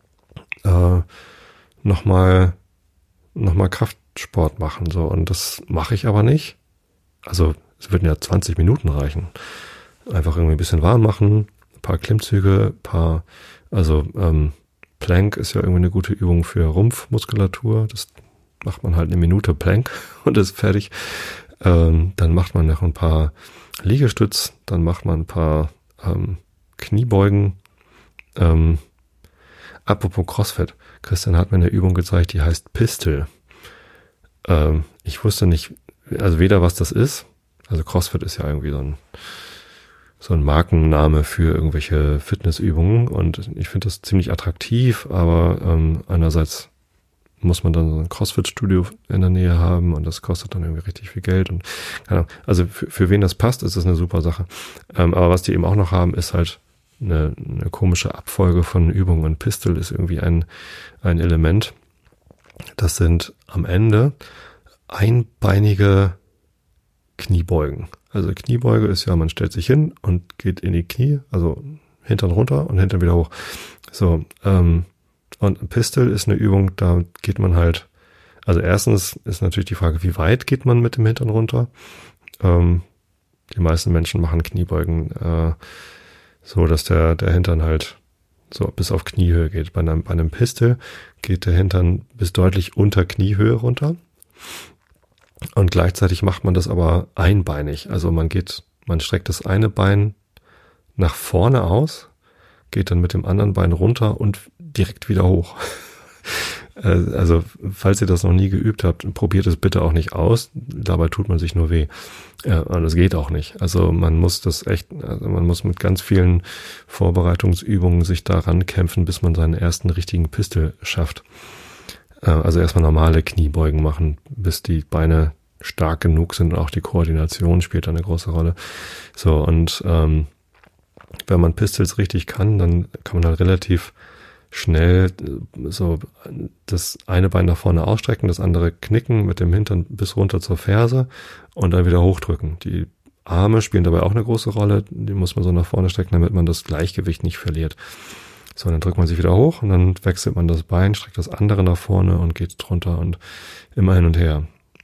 nochmal Kraftsport machen. So, und das mache ich aber nicht. Also es würden ja 20 Minuten reichen. Einfach irgendwie ein bisschen warm machen, ein paar Klimmzüge, Plank ist ja irgendwie eine gute Übung für Rumpfmuskulatur. Das macht man halt eine Minute Plank und ist fertig. Dann macht man noch ein paar Liegestütz, dann macht man ein paar Kniebeugen. Apropos CrossFit. Christian hat mir eine Übung gezeigt, die heißt Pistol. Ich wusste nicht, also weder was das ist. Also CrossFit ist ja irgendwie so ein Markenname für irgendwelche Fitnessübungen und ich finde das ziemlich attraktiv, aber einerseits muss man dann so ein CrossFit-Studio in der Nähe haben und das kostet dann irgendwie richtig viel Geld und keine Ahnung. Also für wen das passt, ist das eine super Sache. Aber was die eben auch noch haben, ist halt eine komische Abfolge von Übungen und Pistol ist irgendwie ein Element. Das sind am Ende einbeinige Kniebeugen. Also Kniebeuge ist ja, man stellt sich hin und geht in die Knie, also Hintern runter und Hintern wieder hoch. So, und Pistol ist eine Übung, da geht man halt, also erstens ist natürlich die Frage, wie weit geht man mit dem Hintern runter? Die meisten Menschen machen Kniebeugen so, dass der Hintern halt so bis auf Kniehöhe geht. Bei einem Pistol geht der Hintern bis deutlich unter Kniehöhe runter. Und gleichzeitig macht man das aber einbeinig. Also man streckt das eine Bein nach vorne aus, geht dann mit dem anderen Bein runter und direkt wieder hoch. Also, falls ihr das noch nie geübt habt, probiert es bitte auch nicht aus. Dabei tut man sich nur weh. Und das geht auch nicht. Also man muss man muss mit ganz vielen Vorbereitungsübungen sich daran kämpfen, bis man seinen ersten richtigen Pistol schafft. Also erstmal normale Kniebeugen machen, bis die Beine stark genug sind und auch die Koordination spielt eine große Rolle. So, und wenn man Pistols richtig kann, dann kann man halt relativ schnell so das eine Bein nach vorne ausstrecken, das andere knicken mit dem Hintern bis runter zur Ferse und dann wieder hochdrücken. Die Arme spielen dabei auch eine große Rolle, die muss man so nach vorne strecken, damit man das Gleichgewicht nicht verliert. So, dann drückt man sich wieder hoch und dann wechselt man das Bein, streckt das andere nach vorne und geht drunter und immer hin und her.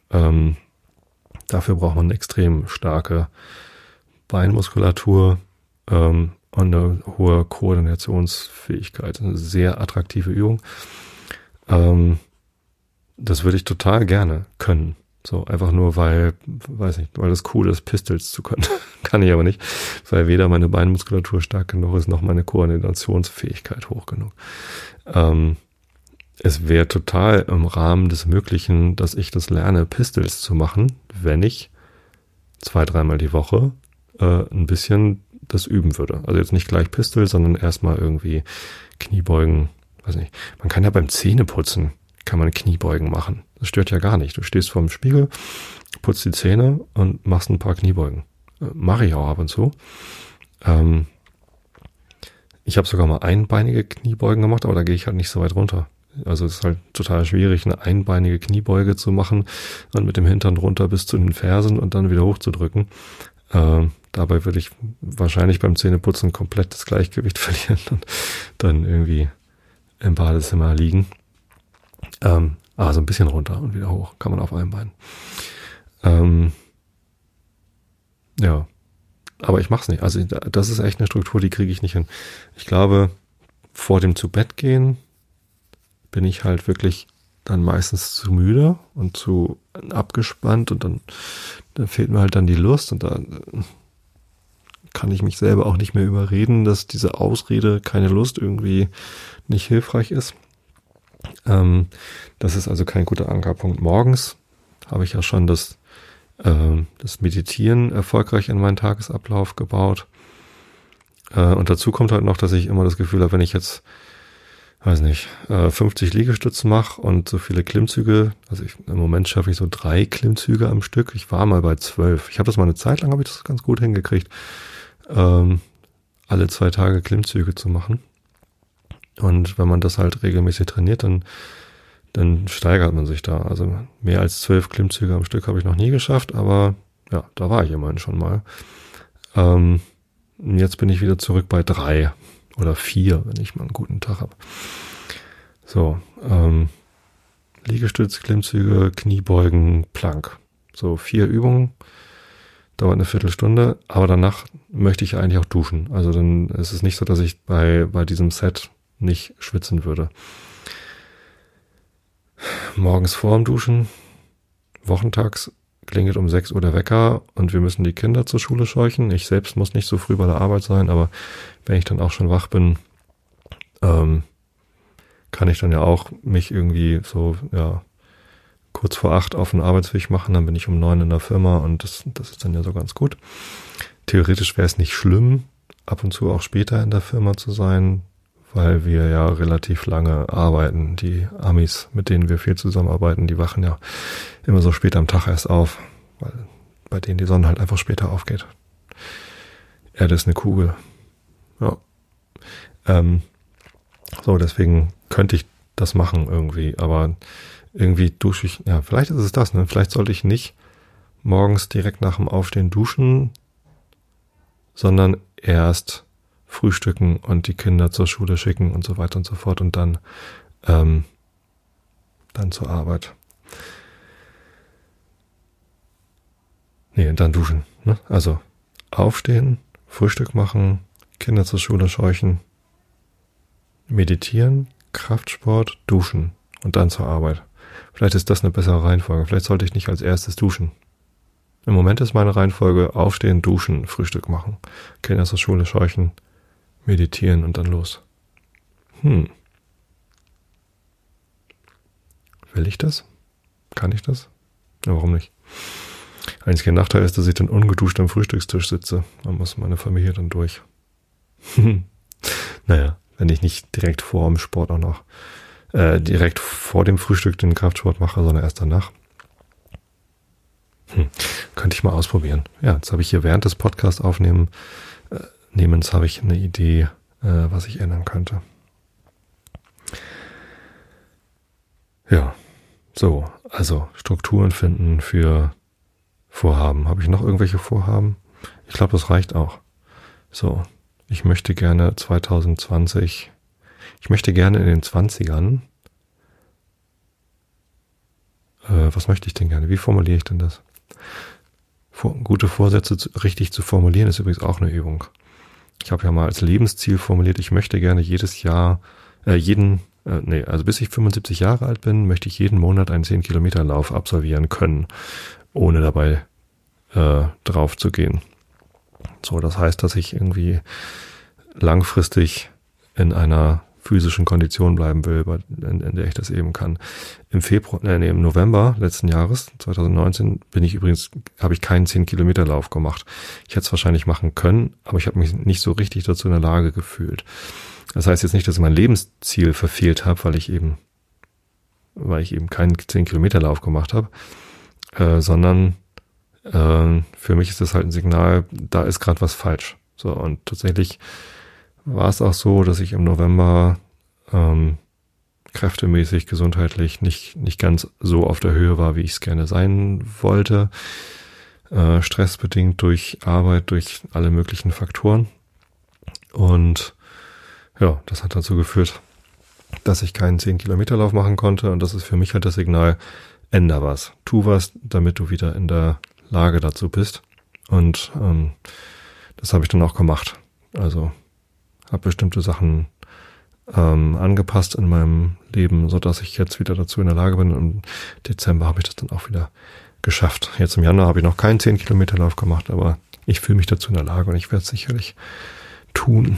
Dafür braucht man eine extrem starke Beinmuskulatur und eine hohe Koordinationsfähigkeit. Eine sehr attraktive Übung. Das würde ich total gerne können. So, einfach nur, weil das cool ist, Pistols zu können. Kann ich aber nicht, weil weder meine Beinmuskulatur stark genug ist, noch meine Koordinationsfähigkeit hoch genug. Es wäre total im Rahmen des Möglichen, dass ich das lerne, Pistols zu machen, wenn ich 2-3-mal die Woche ein bisschen das üben würde. Also jetzt nicht gleich Pistol, sondern erstmal irgendwie Kniebeugen, weiß nicht. Man kann ja beim Zähneputzen, kann man Kniebeugen machen. Das stört ja gar nicht. Du stehst vorm Spiegel, putzt die Zähne und machst ein paar Kniebeugen. Mache ich auch ab und zu. Ich habe sogar mal einbeinige Kniebeugen gemacht, aber da gehe ich halt nicht so weit runter. Also es ist halt total schwierig, eine einbeinige Kniebeuge zu machen und mit dem Hintern runter bis zu den Fersen und dann wieder hochzudrücken. Dabei würde ich wahrscheinlich beim Zähneputzen komplett das Gleichgewicht verlieren und dann irgendwie im Badezimmer liegen. So ein bisschen runter und wieder hoch, kann man auf einem Bein. Ja, aber ich mach's nicht. Also das ist echt eine Struktur, die kriege ich nicht hin. Ich glaube, vor dem Zubettgehen bin ich halt wirklich dann meistens zu müde und zu abgespannt und dann fehlt mir halt dann die Lust und da kann ich mich selber auch nicht mehr überreden, dass diese Ausrede, keine Lust, irgendwie nicht hilfreich ist. Das ist also kein guter Ankerpunkt. Morgens habe ich ja schon das Meditieren erfolgreich in meinen Tagesablauf gebaut. Und dazu kommt halt noch, dass ich immer das Gefühl habe, wenn ich jetzt, 50 Liegestütze mache und so viele Klimmzüge, also im Moment schaffe ich so 3 Klimmzüge am Stück. Ich war mal bei 12. Ich habe das mal eine Zeit lang, habe ich das ganz gut hingekriegt, alle 2 Tage Klimmzüge zu machen. Und wenn man das halt regelmäßig trainiert, dann steigert man sich da. Also mehr als 12 Klimmzüge am Stück habe ich noch nie geschafft, aber ja, da war ich immerhin schon mal. Jetzt bin ich wieder zurück bei 3 oder 4, wenn ich mal einen guten Tag habe. So, Liegestütz, Klimmzüge, Kniebeugen, Plank. So 4 Übungen, dauert eine Viertelstunde, aber danach möchte ich eigentlich auch duschen. Also dann ist es nicht so, dass ich bei diesem Set nicht schwitzen würde. Morgens vor dem Duschen, wochentags klingelt um 6 Uhr der Wecker und wir müssen die Kinder zur Schule scheuchen. Ich selbst muss nicht so früh bei der Arbeit sein, aber wenn ich dann auch schon wach bin, kann ich dann ja auch mich irgendwie so, kurz vor 8 auf den Arbeitsweg machen. Dann bin ich um 9 in der Firma und das ist dann ja so ganz gut. Theoretisch wäre es nicht schlimm, ab und zu auch später in der Firma zu sein, weil wir ja relativ lange arbeiten. Die Amis, mit denen wir viel zusammenarbeiten, die wachen ja immer so spät am Tag erst auf, weil bei denen die Sonne halt einfach später aufgeht. Erde ist eine Kugel. Ja. So, deswegen könnte ich das machen irgendwie, aber irgendwie dusche ich, vielleicht ist es das, ne? Vielleicht sollte ich nicht morgens direkt nach dem Aufstehen duschen, sondern erst frühstücken und die Kinder zur Schule schicken und so weiter und so fort und dann zur Arbeit. Und dann duschen. Ne? Also aufstehen, Frühstück machen, Kinder zur Schule scheuchen, meditieren, Kraftsport, duschen und dann zur Arbeit. Vielleicht ist das eine bessere Reihenfolge. Vielleicht sollte ich nicht als erstes duschen. Im Moment ist meine Reihenfolge aufstehen, duschen, Frühstück machen, Kinder zur Schule scheuchen, meditieren und dann los. Will ich das? Kann ich das? Ja, warum nicht? Einziger Nachteil ist, dass ich dann ungeduscht am Frühstückstisch sitze. Da muss meine Familie dann durch. Naja, wenn ich nicht direkt vor dem Sport auch noch, direkt vor dem Frühstück den Kraftsport mache, sondern erst danach. Könnte ich mal ausprobieren. Ja, jetzt habe ich hier während des Podcasts aufnehmens habe ich eine Idee, was ich ändern könnte. Ja, so, also Strukturen finden für Vorhaben. Habe ich noch irgendwelche Vorhaben? Ich glaube, das reicht auch. So, ich möchte gerne 2020, ich möchte gerne in den 20ern, was möchte ich denn gerne? Wie formuliere ich denn das? Gute Vorsätze richtig zu formulieren ist übrigens auch eine Übung. Ich habe ja mal als Lebensziel formuliert, ich möchte gerne jedes Jahr, bis ich 75 Jahre alt bin, möchte ich jeden Monat einen 10-Kilometer-Lauf absolvieren können, ohne dabei drauf zu gehen. So, das heißt, dass ich irgendwie langfristig in einer physischen Kondition bleiben will, in der ich das eben kann. Im November letzten Jahres, 2019, habe ich keinen 10-Kilometer-Lauf gemacht. Ich hätte es wahrscheinlich machen können, aber ich habe mich nicht so richtig dazu in der Lage gefühlt. Das heißt jetzt nicht, dass ich mein Lebensziel verfehlt habe, weil ich eben keinen 10-Kilometer-Lauf gemacht habe, sondern für mich ist das halt ein Signal, da ist gerade was falsch. So, und tatsächlich war es auch so, dass ich im November kräftemäßig, gesundheitlich nicht ganz so auf der Höhe war, wie ich es gerne sein wollte. Stressbedingt durch Arbeit, durch alle möglichen Faktoren. Und ja, das hat dazu geführt, dass ich keinen 10-Kilometer-Lauf machen konnte. Und das ist für mich halt das Signal, änder was. Tu was, damit du wieder in der Lage dazu bist. Und das habe ich dann auch gemacht. Also habe bestimmte Sachen angepasst in meinem Leben, so dass ich jetzt wieder dazu in der Lage bin. Im Dezember habe ich das dann auch wieder geschafft. Jetzt im Januar habe ich noch keinen 10-Kilometer-Lauf gemacht, aber ich fühle mich dazu in der Lage und ich werde es sicherlich tun.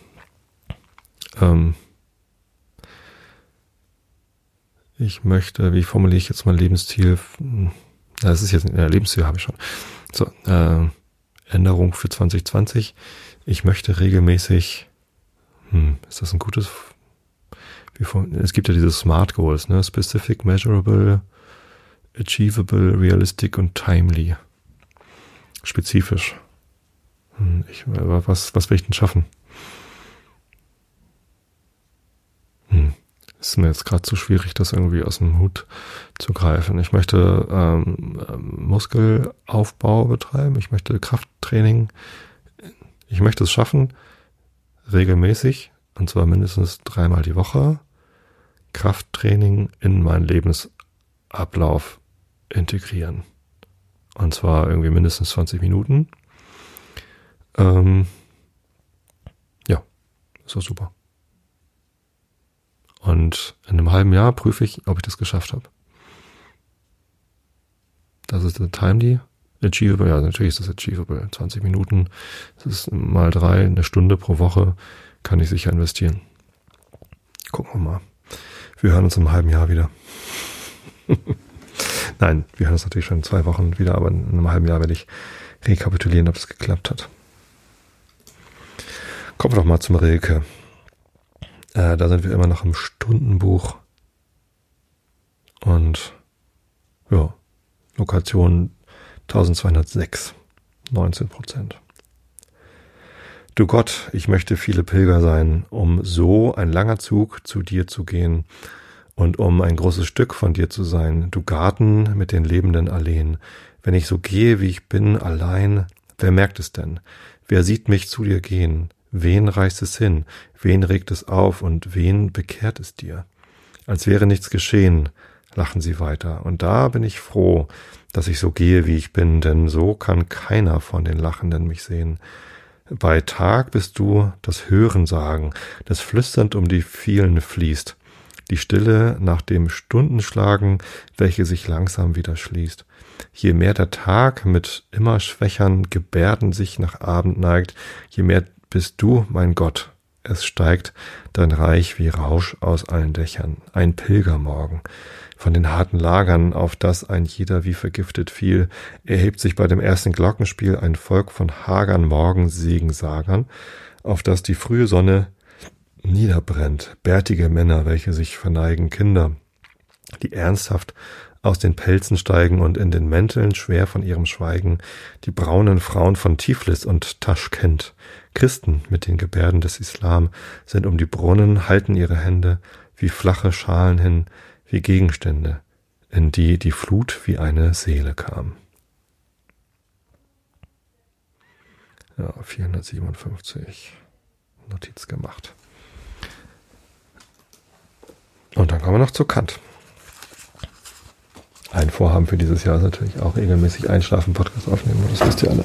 Ich möchte, wie formuliere ich jetzt mein Lebensziel? Das ist jetzt ein Lebensziel, habe ich schon. So, Änderung für 2020. Ich möchte regelmäßig, ist das ein gutes, es gibt ja diese Smart Goals, ne? Specific, Measurable, Achievable, Realistic und Timely. Spezifisch. Was will ich denn schaffen? Ist mir jetzt gerade zu schwierig, das irgendwie aus dem Hut zu greifen. Ich möchte Muskelaufbau betreiben, ich möchte Krafttraining, ich möchte es schaffen, regelmäßig, und zwar mindestens 3-mal die Woche, Krafttraining in meinen Lebensablauf integrieren. Und zwar irgendwie mindestens 20 Minuten. Ja, ist doch super. Und in einem halben Jahr prüfe ich, ob ich das geschafft habe. Das ist der Timely. Achievable, ja, natürlich ist das achievable. 20 Minuten, das ist mal 3, eine Stunde pro Woche, kann ich sicher investieren. Gucken wir mal. Wir hören uns im halben Jahr wieder. Nein, wir hören uns natürlich schon in 2 Wochen wieder, aber in einem halben Jahr werde ich rekapitulieren, ob es geklappt hat. Kommen wir doch mal zum Rilke. Da sind wir immer noch im Stundenbuch. Und ja, Lokation 1206, 19%. Du Gott, ich möchte viele Pilger sein, um so ein langer Zug zu dir zu gehen und um ein großes Stück von dir zu sein, du Garten mit den lebenden Alleen. Wenn ich so gehe, wie ich bin, allein, wer merkt es denn? Wer sieht mich zu dir gehen? Wen reißt es hin? Wen regt es auf und wen bekehrt es dir? Als wäre nichts geschehen, lachen sie weiter. Und da bin ich froh, dass ich so gehe, wie ich bin, denn so kann keiner von den Lachenden mich sehen. Bei Tag bist du das Hörensagen, das flüsternd um die vielen fließt, die Stille nach dem Stundenschlagen, welche sich langsam wieder schließt. Je mehr der Tag mit immer schwächern Gebärden sich nach Abend neigt, je mehr bist du, mein Gott, es steigt dein Reich wie Rausch aus allen Dächern, ein Pilgermorgen. Von den harten Lagern, auf das ein jeder wie vergiftet fiel, erhebt sich bei dem ersten Glockenspiel ein Volk von hagern Morgensegensagern, auf das die frühe Sonne niederbrennt, bärtige Männer, welche sich verneigen, Kinder, die ernsthaft aus den Pelzen steigen und in den Mänteln schwer von ihrem Schweigen, die braunen Frauen von Tiflis und Taschkent, Christen mit den Gebärden des Islam, sind um die Brunnen, halten ihre Hände wie flache Schalen hin, wie Gegenstände, in die die Flut wie eine Seele kam. Ja, 457. Notiz gemacht. Und dann kommen wir noch zu Kant. Ein Vorhaben für dieses Jahr ist natürlich auch regelmäßig Einschlafen-Podcast aufnehmen, das wisst ihr alle.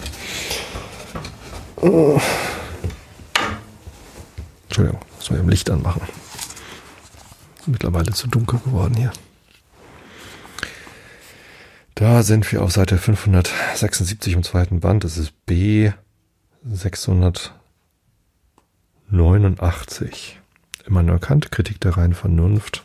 Entschuldigung, muss man eben Licht anmachen. Mittlerweile zu dunkel geworden hier. Da sind wir auf Seite 576 im zweiten Band. Das ist B 689. Immanuel Kant, Kritik der reinen Vernunft.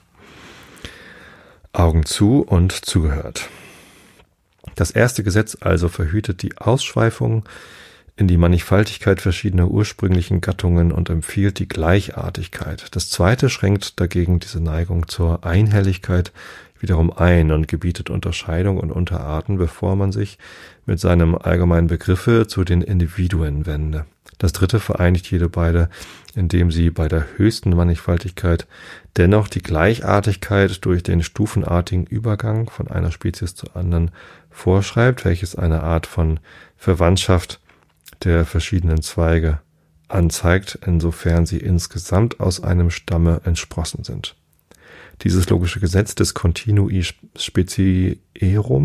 Augen zu und zugehört. Das erste Gesetz also verhütet die Ausschweifung in die Mannigfaltigkeit verschiedener ursprünglichen Gattungen und empfiehlt die Gleichartigkeit. Das zweite schränkt dagegen diese Neigung zur Einhelligkeit wiederum ein und gebietet Unterscheidung und Unterarten, bevor man sich mit seinem allgemeinen Begriffe zu den Individuen wende. Das dritte vereinigt jede beide, indem sie bei der höchsten Mannigfaltigkeit dennoch die Gleichartigkeit durch den stufenartigen Übergang von einer Spezies zur anderen vorschreibt, welches eine Art von Verwandtschaft der verschiedenen Zweige anzeigt, insofern sie insgesamt aus einem Stamme entsprossen sind. Dieses logische Gesetz des Continui Specierum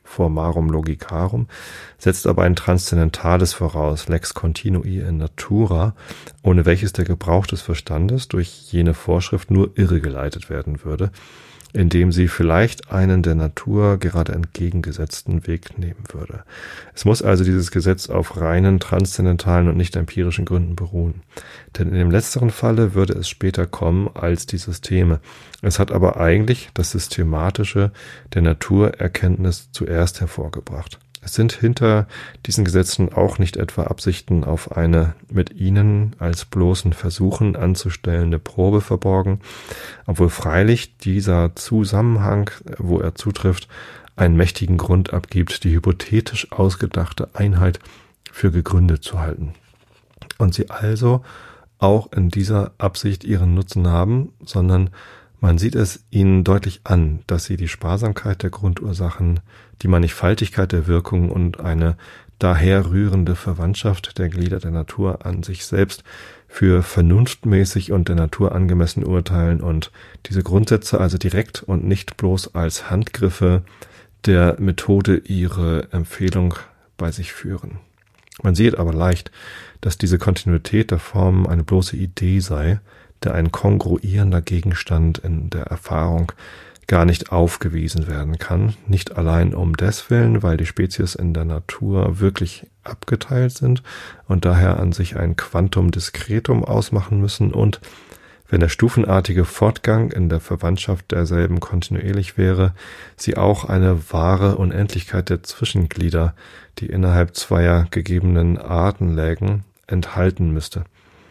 formarum logicarum, setzt aber ein Transzendentales voraus, lex continui in natura, ohne welches der Gebrauch des Verstandes durch jene Vorschrift nur irregeleitet werden würde, indem sie vielleicht einen der Natur gerade entgegengesetzten Weg nehmen würde. Es muss also dieses Gesetz auf reinen, transzendentalen und nicht empirischen Gründen beruhen. Denn in dem letzteren Falle würde es später kommen als die Systeme. Es hat aber eigentlich das Systematische der Naturerkenntnis zuerst hervorgebracht. Es sind hinter diesen Gesetzen auch nicht etwa Absichten auf eine mit ihnen als bloßen Versuchen anzustellende Probe verborgen, obwohl freilich dieser Zusammenhang, wo er zutrifft, einen mächtigen Grund abgibt, die hypothetisch ausgedachte Einheit für gegründet zu halten. Und sie also auch in dieser Absicht ihren Nutzen haben, sondern man sieht es ihnen deutlich an, dass sie die Sparsamkeit der Grundursachen, die Mannigfaltigkeit der Wirkungen und eine daher rührende Verwandtschaft der Glieder der Natur an sich selbst für vernunftmäßig und der Natur angemessen urteilen und diese Grundsätze also direkt und nicht bloß als Handgriffe der Methode ihre Empfehlung bei sich führen. Man sieht aber leicht, dass diese Kontinuität der Formen eine bloße Idee sei, der ein kongruierender Gegenstand in der Erfahrung gar nicht aufgewiesen werden kann, nicht allein um deswillen, weil die Spezies in der Natur wirklich abgeteilt sind und daher an sich ein Quantum discretum ausmachen müssen und, wenn der stufenartige Fortgang in der Verwandtschaft derselben kontinuierlich wäre, sie auch eine wahre Unendlichkeit der Zwischenglieder, die innerhalb zweier gegebenen Arten lägen, enthalten müsste,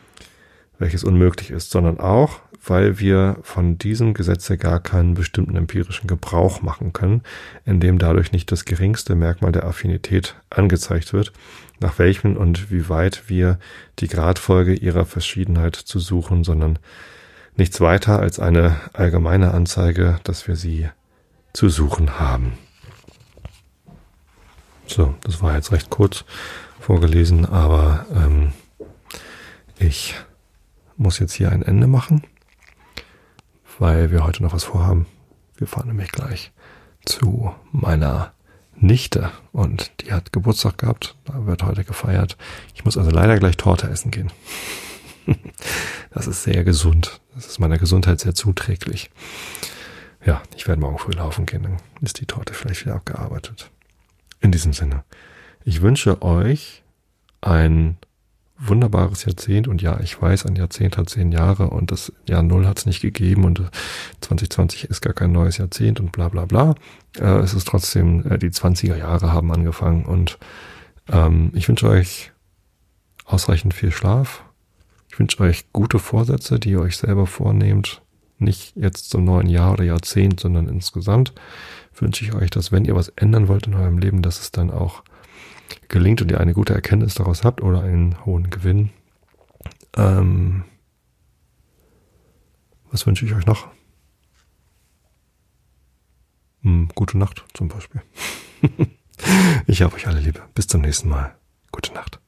welches unmöglich ist, sondern auch, weil wir von diesem Gesetze gar keinen bestimmten empirischen Gebrauch machen können, indem dadurch nicht das geringste Merkmal der Affinität angezeigt wird, nach welchem und wie weit wir die Gradfolge ihrer Verschiedenheit zu suchen, sondern nichts weiter als eine allgemeine Anzeige, dass wir sie zu suchen haben. So, das war jetzt recht kurz vorgelesen, aber ich muss jetzt hier ein Ende machen, weil wir heute noch was vorhaben. Wir fahren nämlich gleich zu meiner Nichte und die hat Geburtstag gehabt, da wird heute gefeiert. Ich muss also leider gleich Torte essen gehen. Das ist sehr gesund, das ist meiner Gesundheit sehr zuträglich. Ja, ich werde morgen früh laufen gehen, dann ist die Torte vielleicht wieder abgearbeitet. In diesem Sinne, ich wünsche euch ein wunderbares Jahrzehnt und ja, ich weiß, ein Jahrzehnt hat 10 Jahre und das Jahr 0 hat es nicht gegeben und 2020 ist gar kein neues Jahrzehnt und bla bla bla. Es ist trotzdem, die 20er Jahre haben angefangen und ich wünsche euch ausreichend viel Schlaf. Ich wünsche euch gute Vorsätze, die ihr euch selber vornehmt. Nicht jetzt zum neuen Jahr oder Jahrzehnt, sondern insgesamt wünsche ich euch, dass wenn ihr was ändern wollt in eurem Leben, dass es dann auch gelingt und ihr eine gute Erkenntnis daraus habt oder einen hohen Gewinn. Was wünsche ich euch noch? Gute Nacht zum Beispiel. Ich habe euch alle lieb. Bis zum nächsten Mal. Gute Nacht.